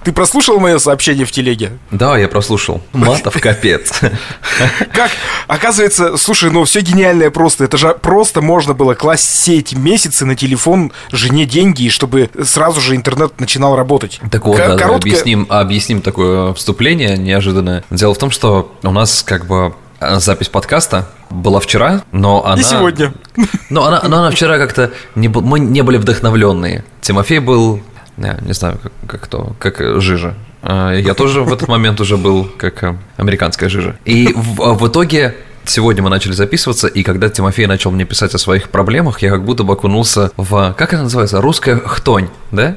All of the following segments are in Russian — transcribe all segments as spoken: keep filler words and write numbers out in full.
Ты прослушал мое сообщение в телеге? Да, я прослушал. Матов капец. Как? Оказывается, слушай, ну все гениальное просто. Это же просто можно было класть все эти месяцы на телефон жене деньги, чтобы сразу же интернет начинал работать. Так вот, да, короткое... объясним, объясним такое вступление неожиданное. Дело в том, что у нас как бы запись подкаста была вчера, но она... И сегодня. Но она, но она вчера как-то... Не, мы не были вдохновленные. Тимофей был... Я не знаю, как, как кто, как жижа. Я тоже в этот момент уже был как американская жижа. И в, в итоге сегодня мы начали записываться, и когда Тимофей начал мне писать о своих проблемах, я как будто бы окунулся в... Как это называется? Русская хтонь, да?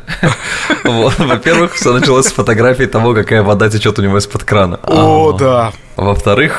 Во-первых, все началось с фотографии того, какая вода течет у него из-под крана. О, да. Во-вторых,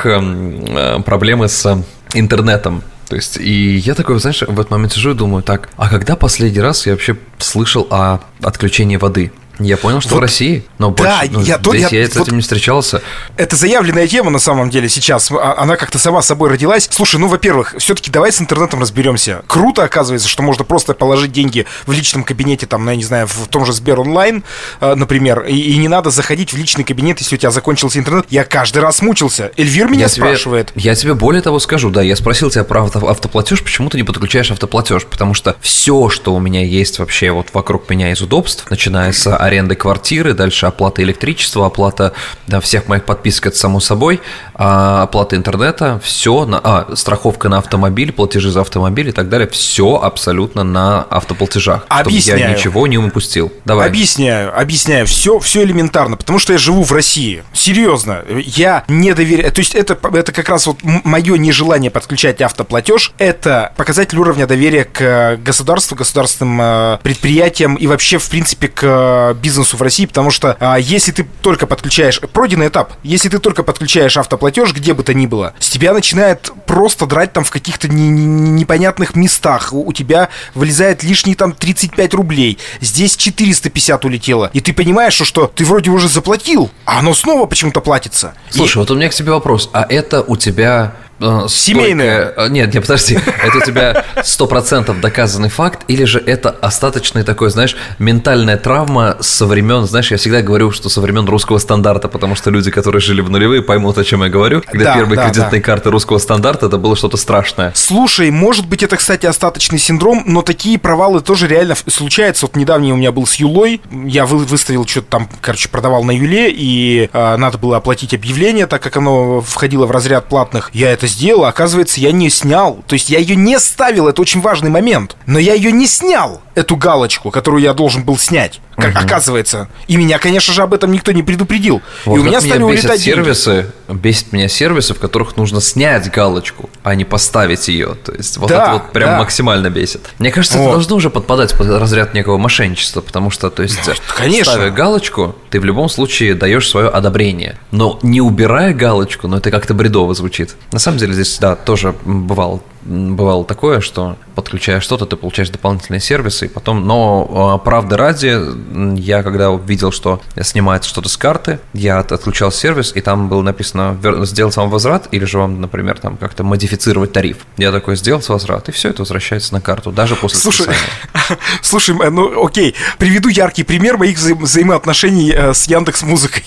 проблемы с интернетом. То есть, и я такой, знаешь, в этот момент сижу и думаю, так, а когда последний раз я вообще слышал о отключении воды? Я понял, что вот, в России, но да, больше, ну, я, здесь я, я с этим вот, не встречался. Это заявленная тема на самом деле сейчас. Она как-то сама собой родилась. Слушай, ну, во-первых, все-таки давай с интернетом разберемся. Круто, оказывается, что можно просто положить деньги в личном кабинете, там, ну, я не знаю, в том же Сбер онлайн, например, и, и не надо заходить в личный кабинет, если у тебя закончился интернет. Я каждый раз мучился. Эльвир меня я спрашивает. Тебе, я тебе более того скажу, да, я спросил тебя про авто, автоплатеж, почему ты не подключаешь автоплатеж? Потому что все, что у меня есть вообще вот вокруг меня из удобств, начиная с аренды квартиры, дальше оплата электричества, оплата, да, всех моих подписок, это само собой, а, оплата интернета, все, на, а, страховка на автомобиль, платежи за автомобиль и так далее, все абсолютно на автоплатежах. Объясняю. Чтобы я ничего не упустил. Давай. Объясняю, объясняю, все, все элементарно, потому что я живу в России. Серьезно, я не доверяю, то есть это, это как раз вот мое нежелание подключать автоплатеж, это показатель уровня доверия к государству, государственным предприятиям и вообще, в принципе, к бизнесу в России. Потому что а, если ты только подключаешь... Пройденный этап. Если ты только подключаешь автоплатеж, где бы то ни было, с тебя начинает просто драть там в каких-то не, не, непонятных местах. У, у тебя вылезает лишние там тридцать пять рублей. Здесь четыреста пятьдесят улетело. И ты понимаешь, что, что ты вроде уже заплатил, а оно снова почему-то платится. Слушай, и... вот у меня к тебе вопрос. А это у тебя... Семейное. Столько... Нет, нет, подожди. Это у тебя сто процентов доказанный факт, или же это остаточный такой, знаешь, ментальная травма со времен, знаешь, я всегда говорю, что со времен русского стандарта, потому что люди, которые жили в нулевые, поймут, о чем я говорю. Когда да, первые да, кредитные да. карты русского стандарта, это было что-то страшное. Слушай, может быть, это, кстати, остаточный синдром, но такие провалы тоже реально случаются. Вот недавний у меня был с Юлой, я вы, выставил что-то там, короче, продавал на Юле, и э, надо было оплатить объявление, так как оно входило в разряд платных. Я это сделал, оказывается, я не снял. То есть я ее не ставил, это очень важный момент. Но я ее не снял, эту галочку, которую я должен был снять, как угу. оказывается. И меня, конечно же, об этом никто не предупредил. Вот и у меня стали меня улетать сервисы, деньги. Бесит меня сервисы, в которых нужно снять галочку, а не поставить ее. То есть вот да, это вот прям да. максимально бесит. Мне кажется, вот. это должно уже подпадать под разряд некого мошенничества, потому что, то есть, конечно. ставя галочку, ты в любом случае даешь свое одобрение. Но не убирая галочку, ну это как-то бредово звучит. На самом деле здесь, да, тоже бывало, бывало такое, что подключая что-то, ты получаешь дополнительные сервисы, и потом, но правды ради, я когда увидел, что снимается что-то с карты, я отключал сервис, и там было написано сделать вам возврат, или же вам, например, там как-то модифицировать тариф. Я такой сделал возврат, и все это возвращается на карту, даже после слушай, списания. Слушай, ну окей, приведу яркий пример моих вза- взаимоотношений э, с Яндекс.Музыкой.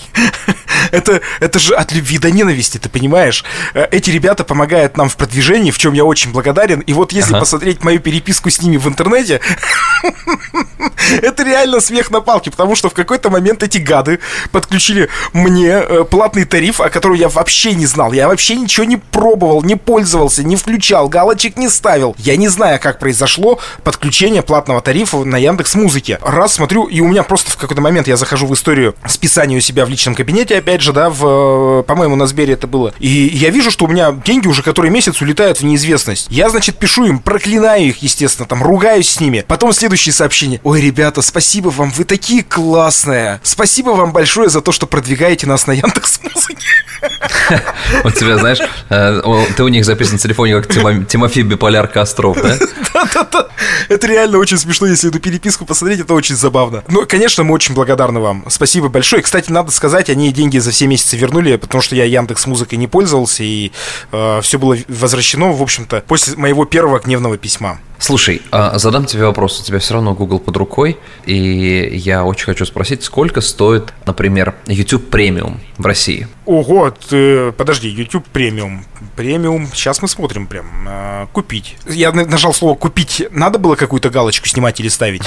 Это, это же от любви до ненависти, ты понимаешь? Эти ребята помогают нам в продвижении, в чем я очень благодарен. И вот если ага. посмотреть мою переписку с ними в интернете, это реально смех на палке, потому что в какой-то момент эти гады подключили мне платный тариф, о котором я вообще не знал. Я вообще ничего не пробовал, не пользовался, не включал, галочек не ставил. Я не знаю, как произошло подключение платного тарифа на Яндекс.Музыке. Раз смотрю, и у меня просто в какой-то момент я захожу в историю списания у себя в личном кабинете, опять же, да, в, по-моему, на Сбере это было. И я вижу, что у меня деньги уже который месяц улетают в неизвестность. Я, значит, пишу им, проклинаю их, естественно, там, ругаюсь с ними. Потом следующее сообщение. Ой, ребята, спасибо вам, вы такие классные. Спасибо вам большое за то, что продвигаете нас на Яндекс.Музыке. Вот тебя, знаешь, ты у них записан в телефоне как Тимофей Биполяр Костров, да? Да-да-да. Это реально очень смешно, если эту переписку посмотреть, это очень забавно. Ну, конечно, мы очень благодарны вам. Спасибо большое. Кстати, надо сказать, они деньги за все месяцы вернули, потому что я Яндекс.Музыкой не пользовался, и э, все было возвращено, в общем-то, после моего первого гневного письма. Слушай, а задам тебе вопрос. У тебя все равно Google под рукой, и я очень хочу спросить, сколько стоит, например, YouTube премиум в России? Ого, ты, подожди, YouTube премиум. Премиум, сейчас мы смотрим прям. А, купить. Я нажал слово «купить». Надо было какую-то галочку снимать или ставить?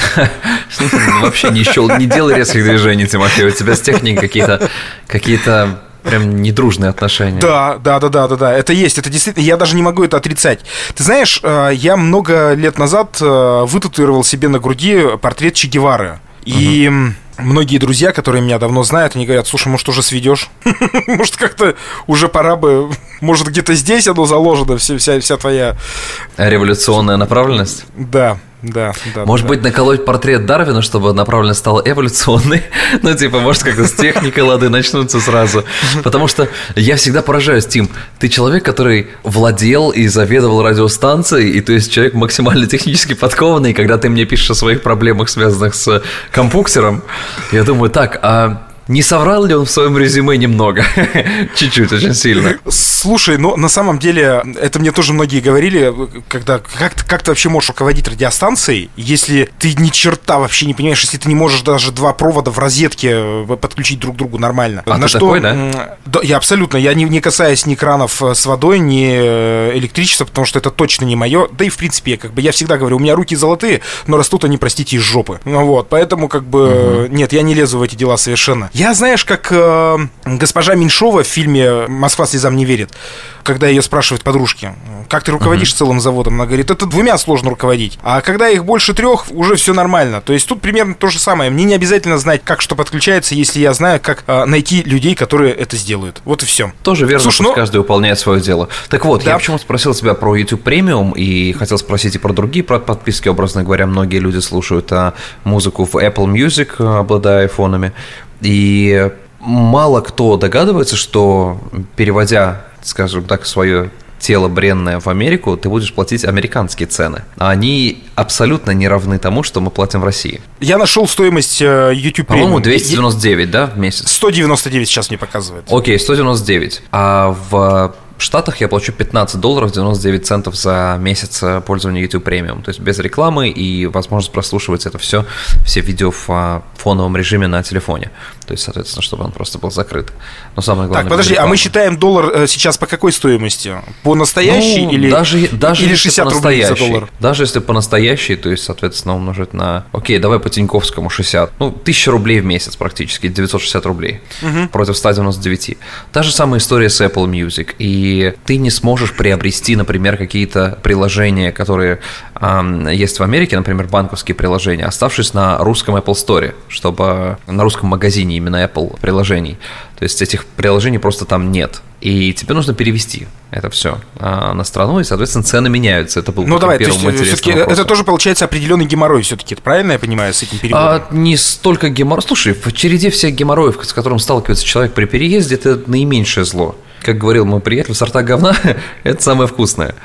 Вообще не щел, не делай резких движений, Тимофей. У тебя с техникой какие-то какие-то... Прям недружные отношения. Да, да, да, да, да, да. Это есть, это действительно, я даже не могу это отрицать. Ты знаешь, я много лет назад вытатуировал себе на груди портрет Че Гевары. И угу. многие друзья, которые меня давно знают, они говорят: слушай, может, уже сведешь? Может, как-то уже пора бы. Может, где-то здесь оно заложено, вся, вся, вся твоя революционная направленность? Да. Да, да, может да. быть, наколоть портрет Дарвина, чтобы направленность стала эволюционной? Ну, типа, может, как-то с техникой лады начнутся сразу. Потому что я всегда поражаюсь, Тим, ты человек, который владел и заведовал радиостанцией, и то есть человек максимально технически подкованный, и когда ты мне пишешь о своих проблемах, связанных с компьютером, я думаю, так, а... не соврал ли он в своем резюме немного? Чуть-чуть, очень сильно. Слушай, ну, на самом деле, это мне тоже многие говорили, когда, как, как ты вообще можешь руководить радиостанцией, если ты ни черта вообще не понимаешь, если ты не можешь даже два провода в розетке подключить друг к другу нормально. А на ты что, такой, да? Да, я абсолютно, я не, не касаюсь ни кранов с водой, ни электричества, потому что это точно не мое. Да и, в принципе, как бы я всегда говорю, у меня руки золотые, но растут они, простите, из жопы. Ну вот, поэтому, как бы, угу. нет, я не лезу в эти дела совершенно. Я, знаешь, как э, госпожа Меньшова в фильме «Москва слезам не верит», когда ее спрашивают подружки, как ты руководишь uh-huh. целым заводом, она говорит, это двумя сложно руководить, а когда их больше трех, уже все нормально. То есть тут примерно то же самое. Мне не обязательно знать, как что подключается, если я знаю, как э, найти людей, которые это сделают. Вот и все. Тоже верно, что но... каждый выполняет свое дело. Так вот, да. я почему спросил тебя про YouTube Premium и хотел спросить и про другие подписки. Образно говоря, многие люди слушают а, музыку в Apple Music, обладая айфонами. И мало кто догадывается, что, переводя, скажем так, свое тело бренное в Америку, ты будешь платить американские цены. А они абсолютно не равны тому, что мы платим в России. Я нашел стоимость uh, YouTube Premium. По-моему, двести девяносто девять, да, в месяц? сто девяносто девять сейчас мне показывает. Окей, сто девяносто девять. А в В Штатах я плачу пятнадцать долларов девяносто девять центов за месяц пользования YouTube Premium. То есть без рекламы и возможность прослушивать это все, все видео в фоновом режиме на телефоне. То есть, соответственно, чтобы он просто был закрыт. Но самое главное... Так, подожди, а мы считаем доллар сейчас по какой стоимости? По настоящей ну, или, даже, даже или шестьдесят рублей за доллар? Даже если по настоящей, то есть, соответственно, умножить на... Окей, давай по Тиньковскому шестьдесят. Ну, тысяча рублей в месяц практически, девятьсот шестьдесят рублей угу. против ста девяноста девяти. Та же самая история с Apple Music. И ты не сможешь приобрести, например, какие-то приложения, которые э, есть в Америке, например, банковские приложения, оставшись на русском Apple Store, чтобы на русском магазине именно Apple приложений. То есть этих приложений просто там нет. И тебе нужно перевести это все а, на страну, и, соответственно, цены меняются. Это был ну, давай, то есть, все-таки это тоже получается определенный геморрой все-таки, правильно я понимаю, с этим переводом? А, не столько геморрой. Слушай, в череде всех геморроев, с которым сталкивается человек при переезде, это наименьшее зло. Как говорил мой приятель, сорта говна – это самое вкусное.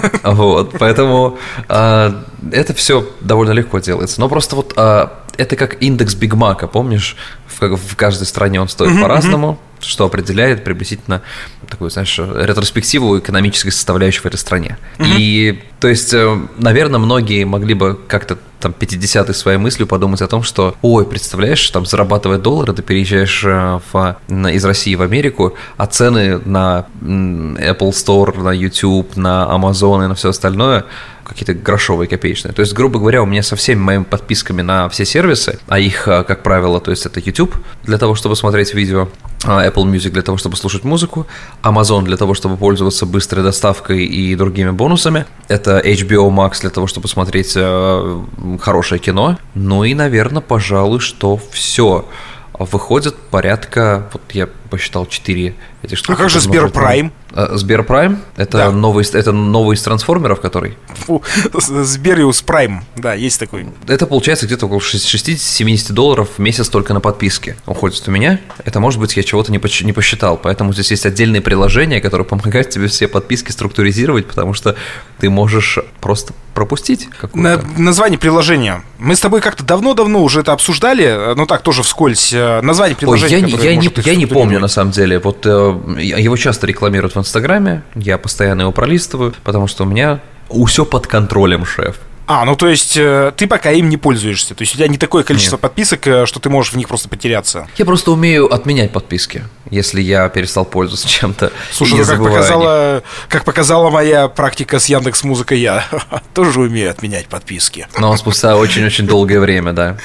Вот, поэтому а, это все довольно легко делается. Но просто вот а, это как индекс Биг Мака, помнишь? В, в каждой стране он стоит по-разному, что определяет приблизительно такую, знаешь, ретроспективу экономической составляющей в этой стране. И, то есть, наверное, многие могли бы как-то там пятидесятой своей мыслью подумать о том, что, ой, представляешь, там зарабатывая доллары, ты переезжаешь в, на, из России в Америку, а цены на Apple Store, на YouTube, на Amazon и на все остальное какие-то грошовые, копеечные. То есть, грубо говоря, у меня со всеми моими подписками на все сервисы, а их, как правило, то есть это YouTube для того, чтобы смотреть видео, Apple Music для того, чтобы слушать музыку, Amazon для того, чтобы пользоваться быстрой доставкой и другими бонусами, это эйч би о Max для того, чтобы смотреть э, хорошее кино, ну и, наверное, пожалуй, что все. Выходит порядка, вот я посчитал четыре эти штуки. А как же Сберпрайм? Сберпрайм? Это, да. новый, это новый из трансформеров, который? Фу, Сбериус Прайм, да, есть такой. Это получается где-то около шестьдесят-семьдесят долларов в месяц только на подписке уходит у меня. Это, может быть, я чего-то не, поч- не посчитал, поэтому здесь есть отдельные приложения, которые помогают тебе все подписки структуризировать, потому что ты можешь просто пропустить какую-то. На, название приложения. Мы с тобой как-то давно-давно уже это обсуждали, но так тоже вскользь. Название приложения. Ой, я, я, не, я не помню, на самом деле. Вот э, его часто рекламируют в Инстаграме, я постоянно его пролистываю, потому что у меня все под контролем, шеф. А, ну то есть э, ты пока им не пользуешься. То есть у тебя не такое количество Нет. подписок, э, что ты можешь в них просто потеряться. Я просто умею отменять подписки, если я перестал пользоваться чем-то. Слушай, ну, как, показала, как показала моя практика с Яндекс.Музыкой, я тоже умею отменять подписки. Но спустя очень-очень долгое время, да.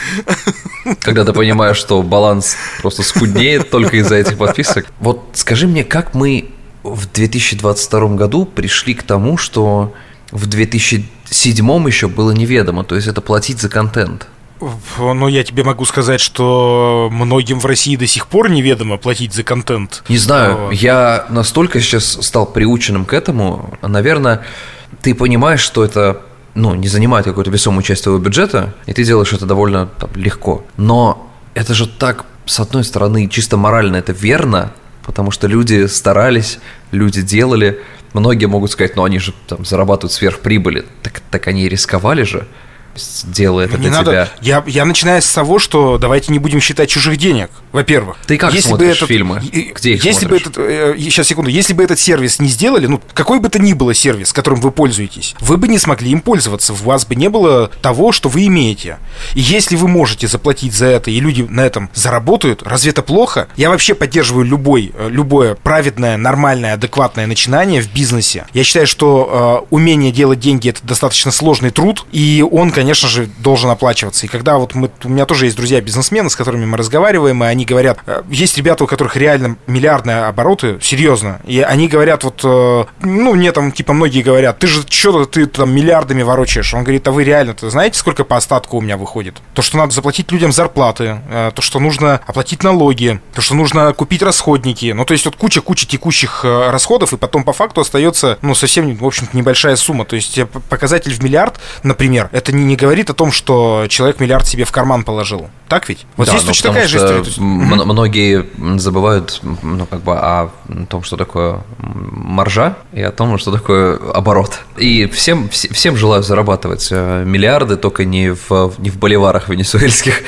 Когда ты понимаешь, что баланс просто скуднеет только из-за этих подписок. Вот скажи мне, как мы в две тысячи двадцать втором году пришли к тому, что в две тысячи седьмом еще было неведомо, то есть это платить за контент. Ну, я тебе могу сказать, что многим в России до сих пор неведомо платить за контент. Не знаю, я настолько сейчас стал приученным к этому, наверное, ты понимаешь, что это, ну, не занимает какую-то весомую часть твоего бюджета, и ты делаешь это довольно там, легко. Но это же так, с одной стороны, чисто морально это верно, потому что люди старались, люди делали. Многие могут сказать, ну они же там зарабатывают сверхприбыли. Так, так они и рисковали же, делая это не для надо. тебя. Я, я начинаю с того, что давайте не будем считать чужих денег, во-первых. Ты как если смотришь бы этот, фильмы? Где их если смотришь? бы этот, э, сейчас, секунду. Если бы этот сервис не сделали, ну, какой бы то ни было сервис, которым вы пользуетесь, вы бы не смогли им пользоваться, у вас бы не было того, что вы имеете. И если вы можете заплатить за это, и люди на этом заработают, разве это плохо? Я вообще поддерживаю любой, любое праведное, нормальное, адекватное начинание в бизнесе. Я считаю, что э, умение делать деньги – это достаточно сложный труд, и он, конечно же, должен оплачиваться. И когда вот мы, у меня тоже есть друзья-бизнесмены, с которыми мы разговариваем, и они говорят, есть ребята, у которых реально миллиардные обороты, серьезно, и они говорят вот, ну, мне там, типа, многие говорят, ты же что-то, ты там миллиардами ворочаешь. Он говорит, а вы реально-то знаете, сколько по остатку у меня выходит? То, что надо заплатить людям зарплаты, то, что нужно оплатить налоги, то, что нужно купить расходники, ну, то есть вот куча-куча текущих расходов, и потом по факту остается, ну, совсем, в общем-то, небольшая сумма. То есть показатель в миллиард, например, это не, не говорит о том, что человек миллиард себе в карман положил. Так ведь? Вот да, здесь точно такая же история. М- многие забывают, ну, как бы о том, что такое маржа, и о том, что такое оборот. И всем, всем желаю зарабатывать миллиарды, только не в, не в боливарах венесуэльских.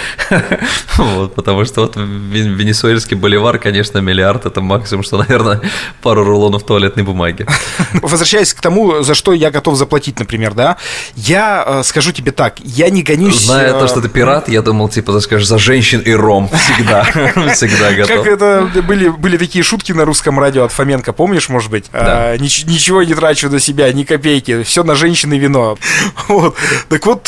Вот, потому что вот венесуэльский боливар, конечно, миллиард, это максимум, что, наверное, пару рулонов туалетной бумаги. Возвращаясь к тому, за что я готов заплатить, например, да, я скажу тебе так, я не гонюсь... Зная то, что ты пират, я думал, типа, ты скажешь, за женщин и ром. Всегда. Всегда готов. Как это были, были такие шутки на русском радио от Фоменко, помнишь, может быть? Да. А, нич- ничего не трачу на себя, ни копейки. Все на женщин и вино. Вот. Так вот,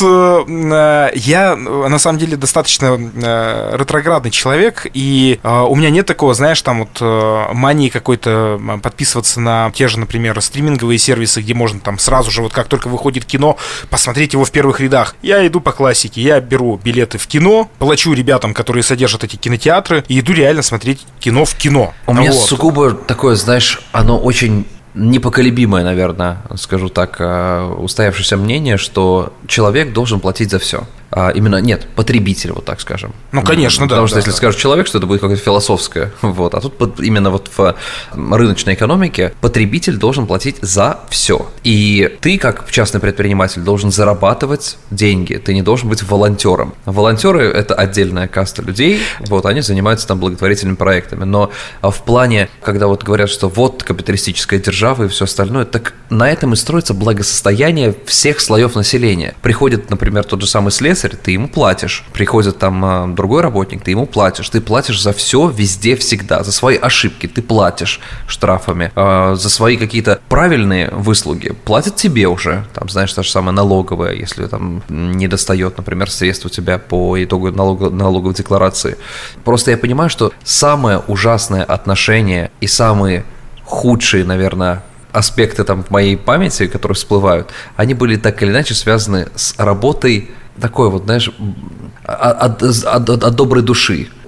я на самом деле достаточно ретроградный человек, и у меня нет такого, знаешь, там вот мании какой-то подписываться на те же, например, стриминговые сервисы, где можно там сразу же, вот как только выходит кино, посмотреть его в первых рядах. Я иду по классике, я беру билеты в кино, плачу ребятам, которые содержат эти кинотеатры, и иду реально смотреть кино в кино. У ну меня вот. Сугубо такое, знаешь, оно очень непоколебимое, наверное, скажу так, устоявшееся мнение, что человек должен платить за все. А именно, нет, потребитель, вот так скажем. Ну, конечно, Потому да. Потому что да, если да. скажешь человек, что это будет какое-то философское. Вот. А тут под, именно вот в рыночной экономике потребитель должен платить за все. И ты, как частный предприниматель, должен зарабатывать деньги. Ты не должен быть волонтером. Волонтеры – это отдельная каста людей. Вот, они занимаются там благотворительными проектами. Но в плане, когда вот говорят, что вот капиталистическая держава и все остальное, так на этом и строится благосостояние всех слоев населения. Приходит, например, тот же самый слесарь, ты ему платишь. Приходит там другой работник, ты ему платишь. Ты платишь за все, везде, всегда. За свои ошибки ты платишь штрафами. За свои какие-то правильные выслуги платят тебе уже. Там, знаешь, та же самая налоговая, если там не достает, например, средств у тебя по итогу налог, налоговой декларации. Просто я понимаю, что самое ужасное отношение и самые худшие, наверное, аспекты там в моей памяти, которые всплывают, они были так или иначе связаны с работой такой вот, знаешь, от, от, от, от доброй души.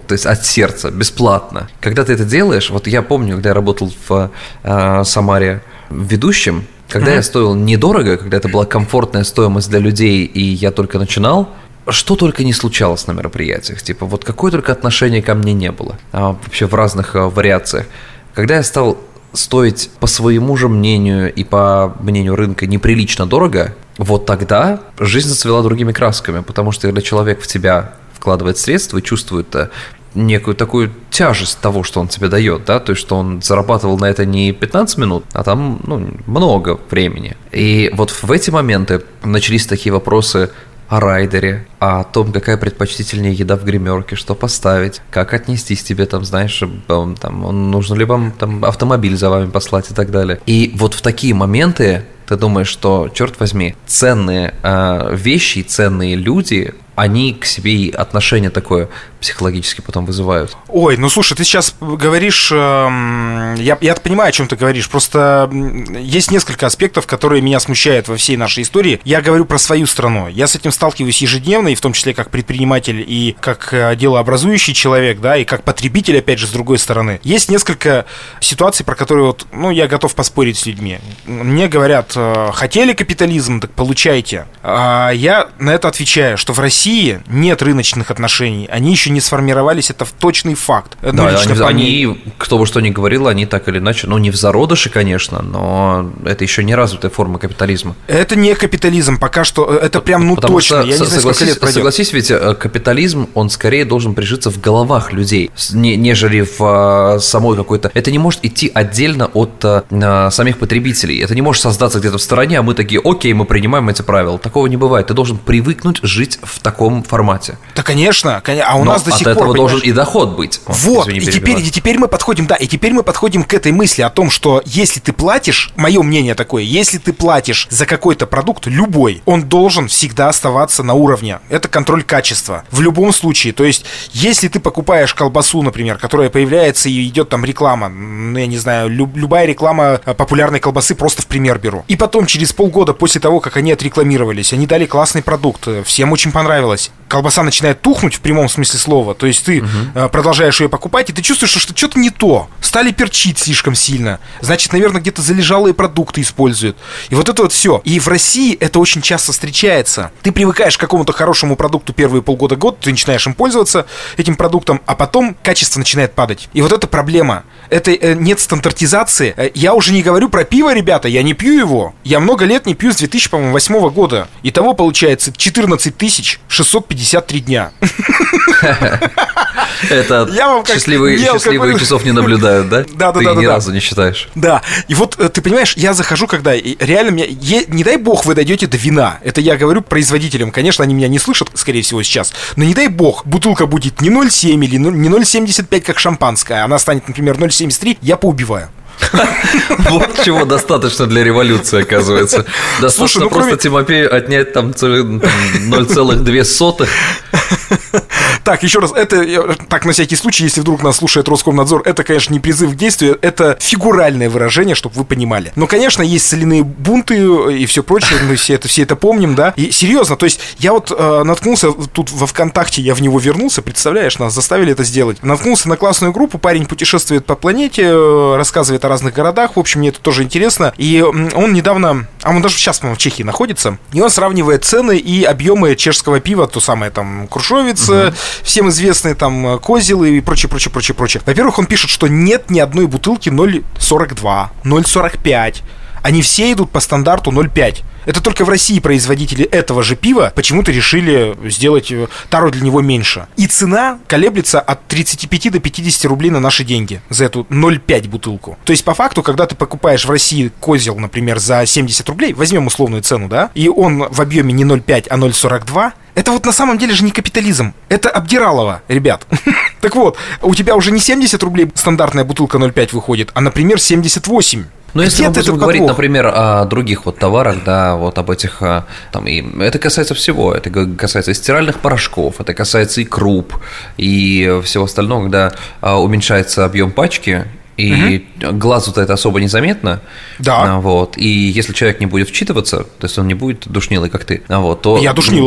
то есть от сердца, бесплатно. Когда ты это делаешь, вот я помню, когда я работал в э, Самаре ведущим, когда mm-hmm. я стоил недорого, когда это была комфортная стоимость для людей, и я только начинал, что только не случалось на мероприятиях. Типа, вот какое только отношение ко мне не было. А, вообще в разных а, вариациях. Когда я стал стоить по своему же мнению и по мнению рынка неприлично дорого, вот тогда жизнь зацвела другими красками, потому что когда человек в тебя вкладывает средства и чувствует некую такую тяжесть того, что он тебе дает, да, то есть что он зарабатывал на это не пятнадцать минут, а там, ну, много времени. И вот в эти моменты начались такие вопросы о райдере, о том, какая предпочтительнее еда в гримерке, что поставить, как отнестись к тебе, там, знаешь, там, нужно ли вам там автомобиль за вами послать и так далее. И вот в такие моменты ты думаешь, что, черт возьми, ценные э, вещи, ценные люди, они к себе и отношение такое психологически потом вызывают. Ой, ну слушай, ты сейчас говоришь, э, я, я понимаю, о чем ты говоришь, просто есть несколько аспектов, которые меня смущают во всей нашей истории. Я говорю про свою страну, я с этим сталкиваюсь ежедневно, и в том числе как предприниматель, и как делообразующий человек, да, и как потребитель, опять же, с другой стороны. Есть несколько ситуаций, про которые вот, ну, я готов поспорить с людьми. Мне говорят, хотели капитализм, так получайте. А я на это отвечаю, что в России нет рыночных отношений, они еще не сформировались, это точный факт. Да, ну, они, они, кто бы что ни говорил, они так или иначе, ну не в зародыше, конечно, но это еще не развитая форма капитализма. Это не капитализм, пока что, это прям ну Потому точно, что, я не знаю, сколько лет пройдет. Согласись, ведь капитализм, он скорее должен прижиться в головах людей, нежели в самой какой-то... Это не может идти отдельно от а, самих потребителей, это не может создаться где-то в стороне, а мы такие, окей, мы принимаем эти правила. Такого не бывает, ты должен привыкнуть жить в таком формате. Да, конечно, конечно. А у Но нас до сих пор, от этого должен и доход быть. Вот, извини, и, теперь, и теперь мы подходим, да, и теперь мы подходим к этой мысли о том, что если ты платишь, мое мнение такое, если ты платишь за какой-то продукт, любой, он должен всегда оставаться на уровне. Это контроль качества. В любом случае. То есть, если ты покупаешь колбасу, например, которая появляется и идет там реклама, ну, я не знаю, люб, любая реклама популярной колбасы, просто в пример беру. И потом, через полгода после того, как они отрекламировались, они дали классный продукт, всем очень понравилось. Колбаса начинает тухнуть в прямом смысле слова. То есть ты uh-huh. продолжаешь ее покупать, и ты чувствуешь, что что-то не то. Стали перчить слишком сильно. Значит, наверное, где-то залежалые продукты используют. И вот это вот все. И в России это очень часто встречается. Ты привыкаешь к какому-то хорошему продукту первые полгода-год, ты начинаешь им пользоваться, этим продуктом, а потом качество начинает падать. И вот это проблема. Это э, нет стандартизации. Я уже не говорю про пиво, ребята, я не пью его. Я много лет не пью с две тысячи восьмого года. Итого получается четырнадцать тысяч шестьсот пятьдесят три дня. Это счастливые, счастливые часов не наблюдают, да? Да, да, ты да. Ты ни да. разу не считаешь. Да. И вот, ты понимаешь, я захожу, когда реально меня... Не дай бог вы дойдете до вина. Это я говорю производителям. Конечно, они меня не слышат, скорее всего, сейчас. Но не дай бог, бутылка будет не ноль целых семь или не ноль целых семьдесят пять, как шампанское. Она станет, например, ноль целых семьдесят три, я поубиваю. Вот чего достаточно для революции, оказывается. Достаточно ну, просто кроме... Тимофею отнять там ноль целых две сотых. Так, еще раз, это, так, на всякий случай, если вдруг нас слушает Роскомнадзор, это, конечно, не призыв к действию, это фигуральное выражение, чтобы вы понимали. Но, конечно, есть соляные бунты и все прочее, мы все это, все это помним, да. И серьезно, то есть я вот э, наткнулся тут во ВКонтакте, я в него вернулся, представляешь, нас заставили это сделать. Наткнулся на классную группу, парень путешествует по планете, рассказывает о разных городах, в общем, мне это тоже интересно. И он недавно, а он даже сейчас, по-моему, в Чехии находится, и он сравнивает цены и объемы чешского пива, то самое там Крушовиц, uh-huh. всем известные там Козелы и прочее, прочее, прочее, прочее. Во-первых, он пишет, что нет ни одной бутылки ноль целых сорок два, ноль целых сорок пять. Они все идут по стандарту ноль целых пять. Это только в России производители этого же пива почему-то решили сделать тару для него меньше. И цена колеблется от тридцать пять до пятьдесят рублей на наши деньги за эту ноль целых пять бутылку. То есть, по факту, когда ты покупаешь в России Козел, например, за семьдесят рублей, возьмем условную цену, да, и он в объеме не ноль целых пять, а ноль целых сорок два, это вот на самом деле же не капитализм. Это обдиралово, ребят. Так вот, у тебя уже не семьдесят рублей стандартная бутылка ноль целых пять выходит, а, например, семьдесят восемь. Ну, если мы будем говорить, например, о других вот товарах, да, вот об этих, там, и это касается всего, это касается и стиральных порошков, это касается и круп, и всего остального, когда уменьшается объем пачки, и угу. глазу-то это особо незаметно. Да. Вот. И если человек не будет вчитываться, то есть он не будет душнилой, как ты, вот, то... Я душнила, да.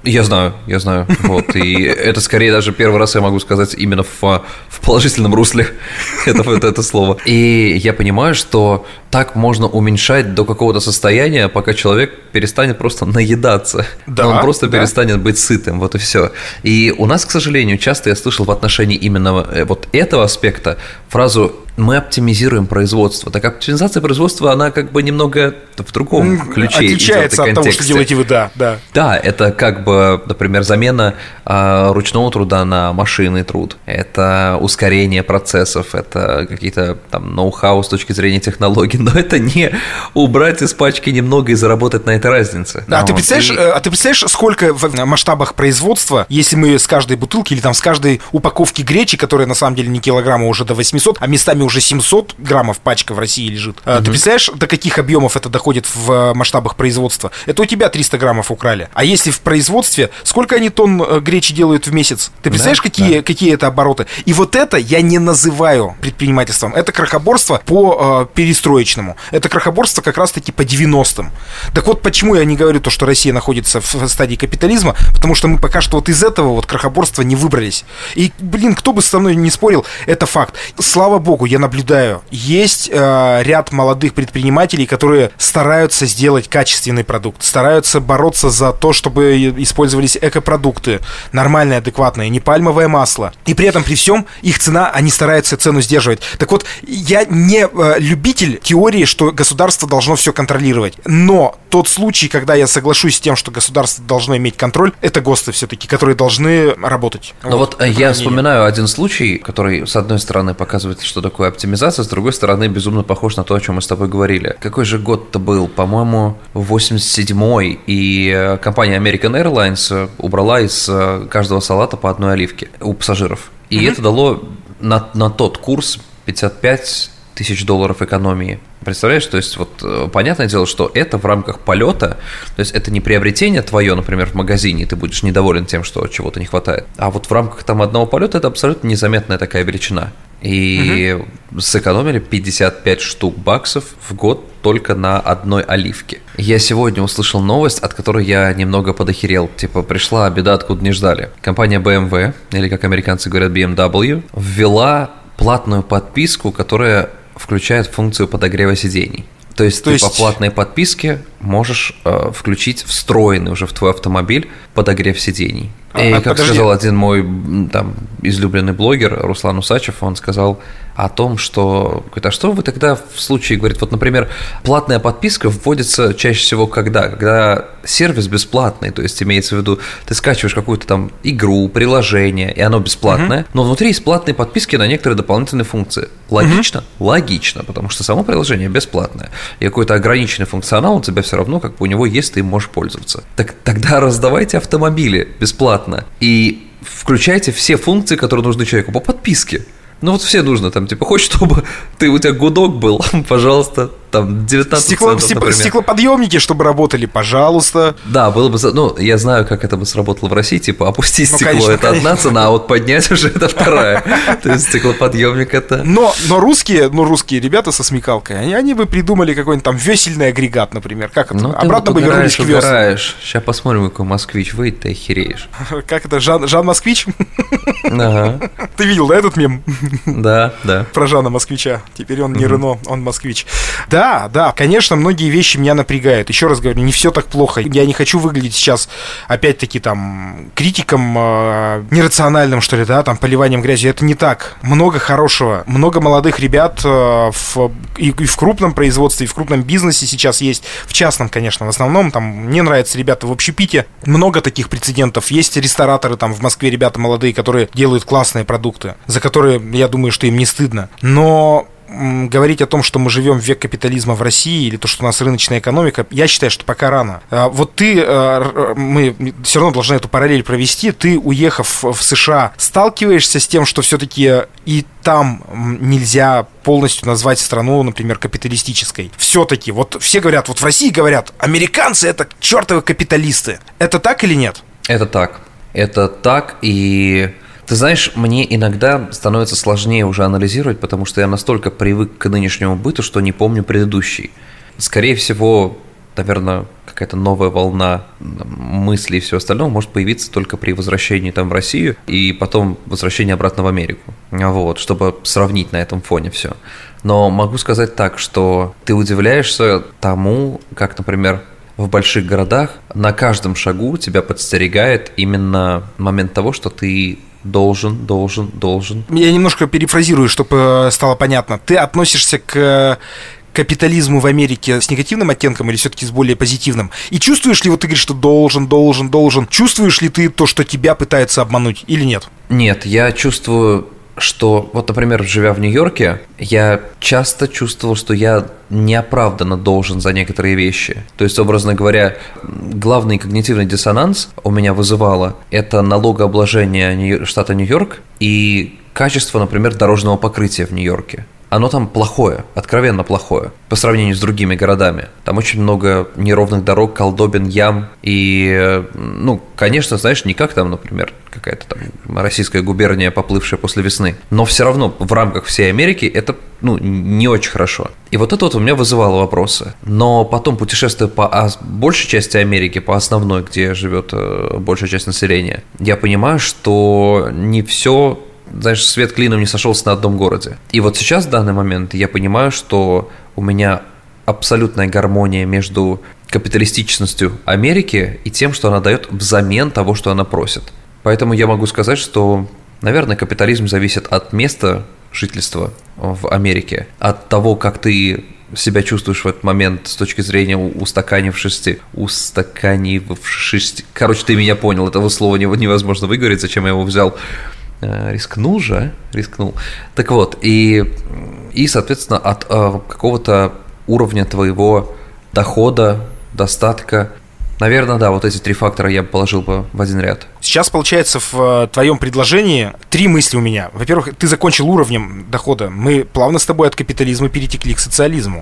Я знаю, я знаю. Вот. И это скорее даже первый раз я могу сказать именно в, в положительном русле это, это, это слово. И я понимаю, что так можно уменьшать до какого-то состояния, пока человек перестанет просто наедаться. Да, он просто да. перестанет быть сытым, вот и все. И у нас, к сожалению, часто я слышал в отношении именно вот этого аспекта фразу «мы оптимизируем производство». Так оптимизация производства, она как бы немного в другом ключе. Отличается от того, что делаете вы, да, да. Да, это как бы, например, замена э, ручного труда на машинный труд. Это ускорение процессов, это какие-то там ноу-хау с точки зрения технологий, но это не убрать из пачки немного и заработать на этой разнице. А, ты представляешь, и... а ты представляешь, сколько в масштабах производства, если мы с каждой бутылки или там с каждой упаковки гречи, которая на самом деле не килограмма уже до восьмисот, а местами уже семьсот граммов пачка в России лежит. Mm-hmm. Ты представляешь, до каких объемов это доходит в масштабах производства? Это у тебя триста граммов украли. А если в производстве, сколько они тонн гречи делают в месяц? Ты представляешь, да, какие, да. какие это обороты? И вот это я не называю предпринимательством. Это крохоборство по э, перестроечному. Это крохоборство как раз-таки по девяностым. Так вот, почему я не говорю то, что Россия находится в стадии капитализма? Потому что мы пока что вот из этого вот крохоборства не выбрались. И, блин, кто бы со мной не спорил, это факт. Слава богу, я наблюдаю, есть э, ряд молодых предпринимателей, которые стараются сделать качественный продукт, стараются бороться за то, чтобы использовались экопродукты, нормальные, адекватные, не пальмовое масло. И при этом, при всем, их цена, они стараются цену сдерживать. Так вот, я не э, любитель теории, что государство должно все контролировать. Но тот случай, когда я соглашусь с тем, что государство должно иметь контроль, это ГОСТы все-таки, которые должны работать. Ну вот, вот я вспоминаю один случай, который, с одной стороны, показывает, что такое оптимизация, с другой стороны, безумно похож на то, о чем мы с тобой говорили. Какой же год-то был? По-моему, восемьдесят седьмой, и компания American Airlines убрала из каждого салата по одной оливке у пассажиров. И mm-hmm. это дало на, на тот курс пятьдесят пять тысяч долларов экономии. Представляешь, то есть вот понятное дело, что это в рамках полета, то есть это не приобретение твое, например, в магазине, и ты будешь недоволен тем, что чего-то не хватает, а вот в рамках там одного полета это абсолютно незаметная такая величина. И угу. сэкономили пятьдесят пять штук баксов в год только на одной оливке. Я сегодня услышал новость, от которой я немного подохерел. Типа, пришла беда, откуда не ждали. Компания би эм дабл ю, или как американцы говорят би эм дабл ю, ввела платную подписку, которая включает функцию подогрева сидений. То есть То ты есть... по платной подписке можешь э, включить встроенный уже в твой автомобиль подогрев сидений. А, И, а, как подожди. сказал один мой там излюбленный блогер Руслан Усачев, он сказал о том, что... А что вы тогда в случае, говорит, вот, например, платная подписка вводится чаще всего когда? Когда сервис бесплатный, то есть имеется в виду, ты скачиваешь какую-то там игру, приложение, и оно бесплатное, угу. но внутри есть платные подписки на некоторые дополнительные функции. Логично? Угу. Логично, потому что само приложение бесплатное. И какой-то ограниченный функционал у тебя все равно, как бы у него есть, ты им можешь пользоваться. Так тогда раздавайте автомобили бесплатно и включайте все функции, которые нужны человеку по подписке. Ну вот все нужно, там, типа, хочешь, чтобы ты, у тебя гудок был, пожалуйста, там, девятнадцать Стекло, центов, например. Стеклоподъемники, чтобы работали, пожалуйста. Да, было бы, ну, я знаю, как это бы сработало в России, типа, опустить ну, стекло, конечно, это конечно. одна цена, а вот поднять уже это вторая. То есть стеклоподъемник это... Но, но русские, ну, русские ребята со смекалкой, они, они бы придумали какой-нибудь там весельный агрегат, например, как это? Ну, обратно бы вернулись к веслу. Сейчас посмотрим, какой москвич выйдет, ты охереешь. Как это, Жан, Жан Москвич? Ага. Ты видел, да, этот мем? Да, да. Про Жана Москвича. Теперь он не угу. Рено, он москвич. Да, да, конечно, многие вещи меня напрягают. Еще раз говорю, не все так плохо. Я не хочу выглядеть сейчас, опять-таки, там, критиком э, нерациональным, что ли, да, там, поливанием грязью. Это не так. Много хорошего. Много молодых ребят э, в, и, и в крупном производстве, и в крупном бизнесе сейчас есть. В частном, конечно, в основном. Там, мне нравятся ребята в общепите. Много таких прецедентов. Есть рестораторы там в Москве, ребята молодые, которые делают классные продукты, за которые, я думаю, что им не стыдно. Но м, говорить о том, что мы живем в век капитализма в России, или то, что у нас рыночная экономика, я считаю, что пока рано. А, вот ты, а, мы все равно должны эту параллель провести, ты, уехав в США, сталкиваешься с тем, что все-таки и там нельзя полностью назвать страну, например, капиталистической. Все-таки, вот все говорят, вот в России говорят, американцы это чертовы капиталисты. Это так или нет? Это так. Это так, и... Ты знаешь, мне иногда становится сложнее уже анализировать, потому что я настолько привык к нынешнему быту, что не помню предыдущий. Скорее всего, наверное, какая-то новая волна мыслей и всего остального может появиться только при возвращении там в Россию и потом возвращении обратно в Америку. Вот, чтобы сравнить на этом фоне все. Но могу сказать так, что ты удивляешься тому, как, например, в больших городах на каждом шагу тебя подстерегает именно момент того, что ты должен, должен, должен. Я немножко перефразирую, чтобы стало понятно. Ты относишься к капитализму в Америке с негативным оттенком или все-таки с более позитивным? И чувствуешь ли, вот ты говоришь, что должен, должен, должен, чувствуешь ли ты то, что тебя пытаются обмануть или нет? Нет, я чувствую, что, вот, например, живя в Нью-Йорке, я часто чувствовал, что я неоправданно должен за некоторые вещи. То есть, образно говоря, главный когнитивный диссонанс у меня вызывало это налогообложение штата Нью-Йорк и качество, например, дорожного покрытия в Нью-Йорке. Оно там плохое, откровенно плохое, по сравнению с другими городами. Там очень много неровных дорог, колдобин, ям. И, ну, конечно, знаешь, не как там, например, какая-то там российская губерния, поплывшая после весны. Но все равно в рамках всей Америки это, ну, не очень хорошо. И вот это вот у меня вызывало вопросы. Но потом, путешествуя по большей части Америки, по основной, где живет большая часть населения, я понимаю, что не все... Знаешь, свет клином не сошелся на одном городе. И вот сейчас, в данный момент, я понимаю, что у меня абсолютная гармония между капиталистичностью Америки и тем, что она дает взамен того, что она просит. Поэтому я могу сказать, что, наверное, капитализм зависит от места жительства в Америке, от того, как ты себя чувствуешь в этот момент с точки зрения устаканившести, устаканившести. Короче, ты меня понял, этого слова невозможно выговорить, зачем я его взял. Рискнул же, рискнул. Так вот, и, и соответственно, от э, какого-то уровня твоего дохода, достатка. Наверное, да, вот эти три фактора я бы положил бы в один ряд. Сейчас, получается, в твоем предложении три мысли у меня. Во-первых, ты закончил уровнем дохода. Мы плавно с тобой от капитализма перетекли к социализму.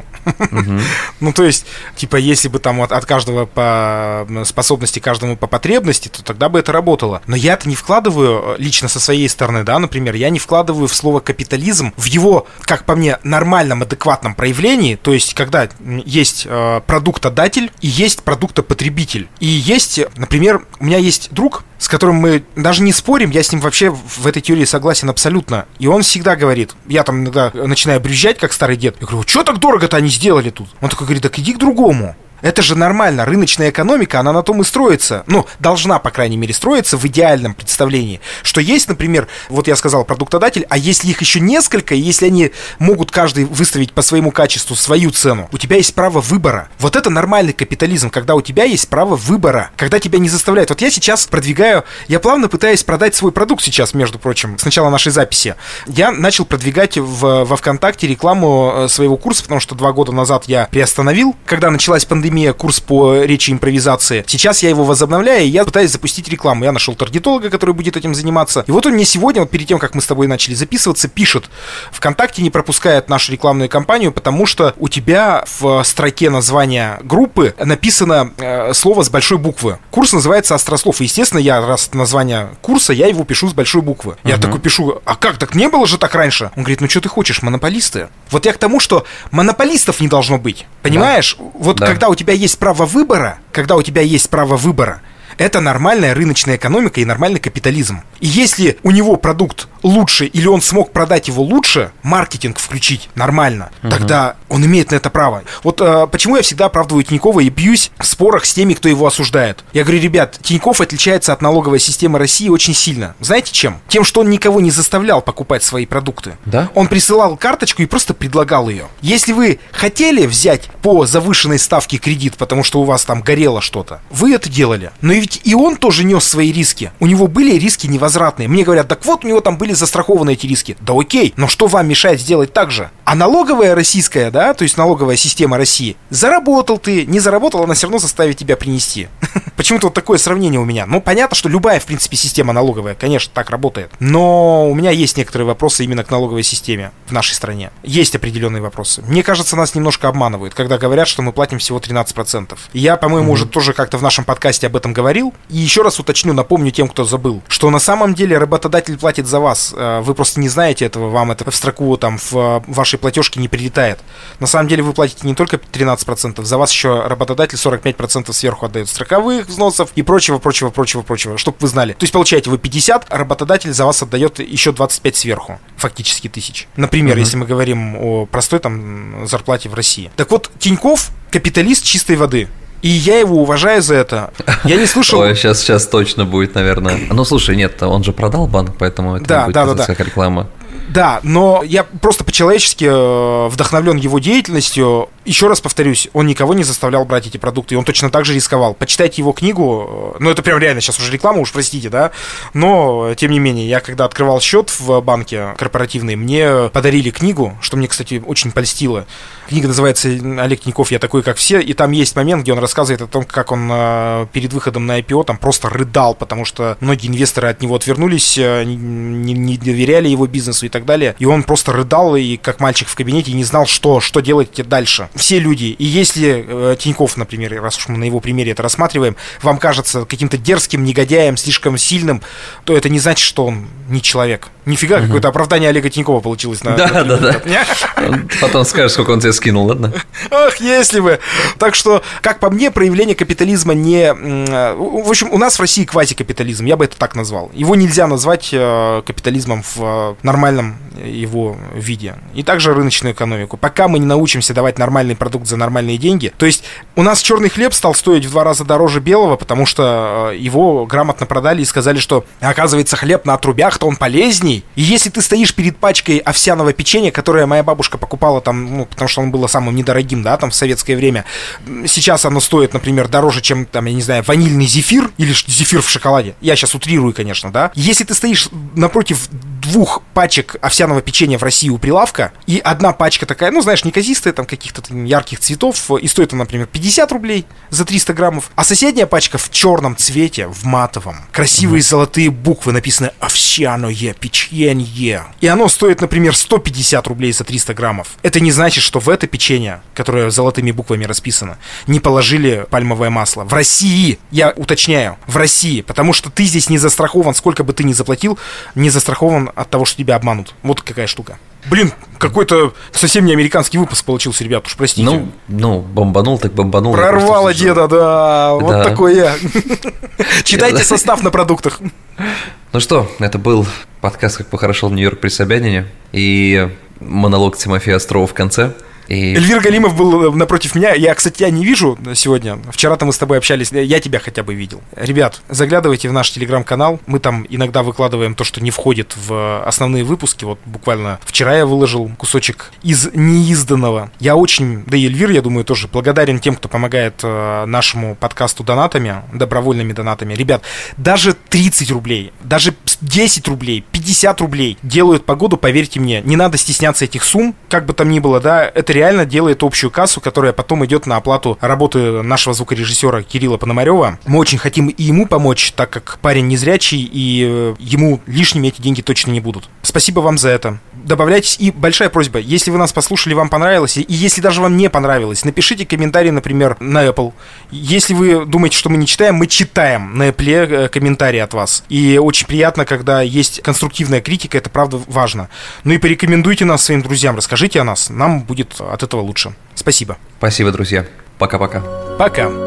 Ну, то есть, типа, если бы там от каждого по способности, каждому по потребности, то тогда бы это работало. Но я-то не вкладываю, лично со своей стороны, да, например, я не вкладываю в слово капитализм в его, как по мне, нормальном, адекватном проявлении. То есть, когда есть продуктодатель и есть продуктопотребитель. И есть, например, у меня есть друг, с которым мы даже не спорим, я с ним вообще в этой теории согласен абсолютно. И он всегда говорит, я там иногда начинаю брюзжать, как старый дед, я говорю, что так дорого-то они сделали тут? Он такой говорит, так иди к другому. Это же нормально, рыночная экономика, она на том и строится. Ну, должна, по крайней мере, строиться в идеальном представлении. Что есть, например, вот я сказал, продуктодатель, а если их еще несколько, и если они могут каждый выставить по своему качеству свою цену, у тебя есть право выбора. Вот это нормальный капитализм, когда у тебя есть право выбора, когда тебя не заставляют. Вот я сейчас продвигаю, я плавно пытаюсь продать свой продукт сейчас, между прочим, с начала нашей записи. Я начал продвигать в, во ВКонтакте рекламу своего курса, потому что два года назад я приостановил, когда началась пандемия, курс по речи импровизации. Сейчас я его возобновляю, и я пытаюсь запустить рекламу. Я нашел таргетолога, который будет этим заниматься. И вот он мне сегодня, вот перед тем, как мы с тобой начали записываться, пишет: ВКонтакте не пропускает нашу рекламную кампанию, потому что у тебя в строке названия группы написано э, слово с большой буквы. Курс называется «Острослов». И, естественно, я, раз название курса, я его пишу с большой буквы. Uh-huh. Я такой пишу, а как, так не было же так раньше? Он говорит, ну что ты хочешь, монополисты? Вот я к тому, что монополистов не должно быть. Понимаешь? Да. Вот да. Когда у тебя есть право выбора, когда у тебя есть право выбора, это нормальная рыночная экономика и нормальный капитализм. И если у него продукт лучше, или он смог продать его лучше, маркетинг включить нормально, uh-huh. тогда он имеет на это право. Вот э, почему я всегда оправдываю Тинькова и бьюсь в спорах с теми, кто его осуждает. Я говорю, ребят, Тиньков отличается от налоговой системы России очень сильно. Знаете чем? Тем, что он никого не заставлял покупать свои продукты. Да? Он присылал карточку и просто предлагал ее. Если вы хотели взять по завышенной ставке кредит, потому что у вас там горело что-то, вы это делали. Но ведь и он тоже нес свои риски. У него были риски невозвратные. Мне говорят, так вот у него там были застрахованы эти риски. Да окей, но что вам мешает сделать так же? А налоговая российская, да, то есть налоговая система России, заработал ты, не заработал, она все равно заставит тебя принести. Почему-то вот такое сравнение у меня. Ну, понятно, что любая, в принципе, система налоговая, конечно, так работает. Но у меня есть некоторые вопросы именно к налоговой системе в нашей стране. Есть определенные вопросы. Мне кажется, нас немножко обманывают, когда говорят, что мы платим всего тринадцать процентов. Я, по-моему, mm-hmm. уже тоже как-то в нашем подкасте об этом говорил. И еще раз уточню, напомню тем, кто забыл, что на самом деле работодатель платит за вас. Вы просто не знаете этого, вам это в строку там в вашей платежке не прилетает. На самом деле вы платите не только тринадцать процентов, за вас еще работодатель сорок пять процентов сверху отдает страховых взносов и прочего, прочего, прочего, прочего, чтобы вы знали. То есть получаете вы пятьдесят, а работодатель за вас отдает еще двадцать пять сверху, фактически тысяч. Например, mm-hmm. если мы говорим о простой там зарплате в России. Так вот, Тинькофф капиталист чистой воды. И я его уважаю за это. Я не слышал... Ой, сейчас, сейчас точно будет, наверное. Ну, слушай, нет, он же продал банк, поэтому это да, будет да, да, да. как реклама. Да, но я просто по-человечески вдохновлен его деятельностью. Еще раз повторюсь, он никого не заставлял брать эти продукты, и он точно так же рисковал. Почитайте его книгу, ну это прям реально сейчас уже реклама, уж простите, да, но тем не менее, я когда открывал счет в банке корпоративный, мне подарили книгу, что мне, кстати, очень польстило. Книга называется «Олег Тинькофф. Я такой, как все», и там есть момент, где он рассказывает о том, как он перед выходом на ай пи о там просто рыдал, потому что многие инвесторы от него отвернулись, не, не доверяли его бизнесу и так далее, и он просто рыдал, и как мальчик в кабинете, и не знал, что, что делать дальше. Все люди, и если э, Тинькофф, например, раз уж мы на его примере это рассматриваем, вам кажется каким-то дерзким негодяем, слишком сильным, то это не значит, что он не человек. Нифига, угу. какое-то оправдание Олега Тинькова получилось. На, да, на да, да. Потом скажешь, сколько он тебе скинул, ладно? Ах, если бы. Так что, как по мне, проявление капитализма не... В общем, у нас в России квазикапитализм, я бы это так назвал. Его нельзя назвать капитализмом в нормальном его виде. И также рыночную экономику. Пока мы не научимся давать нормальный продукт за нормальные деньги. То есть у нас черный хлеб стал стоить в два раза дороже белого, потому что его грамотно продали и сказали, что, оказывается, хлеб на отрубях-то он полезней. И если ты стоишь перед пачкой овсяного печенья, которое моя бабушка покупала там, ну, потому что оно было самым недорогим, да, там в советское время, сейчас оно стоит, например, дороже, чем, там, я не знаю, ванильный зефир или зефир в шоколаде. Я сейчас утрирую, конечно, да. Если ты стоишь напротив двух пачек овсяного печенья в России у прилавка, и одна пачка такая, ну, знаешь, неказистая, там, каких-то ярких цветов, и стоит она, например, пятьдесят рублей за триста граммов, а соседняя пачка в черном цвете, в матовом, красивые mm-hmm. золотые буквы, написано «овсяное печенье», и оно стоит, например, сто пятьдесят рублей за триста граммов. Это не значит, что в это печенье, которое золотыми буквами расписано, не положили пальмовое масло. В России, я уточняю, в России, потому что ты здесь не застрахован, сколько бы ты ни заплатил, не застрахован от того, что тебя обманут. Вот какая штука. Блин, какой-то совсем не американский выпуск получился, ребят, уж простите. Ну, ну бомбанул так бомбанул. Прорвало деда, да, вот такой я. Читайте состав на продуктах. Ну что, это был подкаст «Как похорошел Нью-Йорк при Собянине» и монолог Тимофея Острова в конце. И... Эльвир Галимов был напротив меня. Я, кстати, тебя не вижу сегодня. Вчера-то мы с тобой общались. Я тебя хотя бы видел. Ребят, заглядывайте в наш телеграм-канал. Мы там иногда выкладываем то, что не входит в основные выпуски. Вот буквально вчера я выложил кусочек из неизданного. Я очень, да и Эльвир, я думаю, тоже благодарен тем, кто помогает нашему подкасту донатами, добровольными донатами. Ребят, даже тридцать рублей, даже десять рублей, пятьдесят рублей делают погоду, поверьте мне. Не надо стесняться этих сумм, как бы там ни было, да. Это реально делает общую кассу, которая потом идет на оплату работы нашего звукорежиссера Кирилла Пономарева. Мы очень хотим и ему помочь, так как парень незрячий, и ему лишними эти деньги точно не будут. Спасибо вам за это. Добавляйтесь. И большая просьба, если вы нас послушали, вам понравилось, и если даже вам не понравилось, напишите комментарий, например, на Apple. Если вы думаете, что мы не читаем, мы читаем на Apple комментарии от вас. И очень приятно, когда есть конструктивная критика, это правда важно. Ну и порекомендуйте нас своим друзьям, расскажите о нас, нам будет от этого лучше. Спасибо. Спасибо, друзья. Пока-пока. Пока.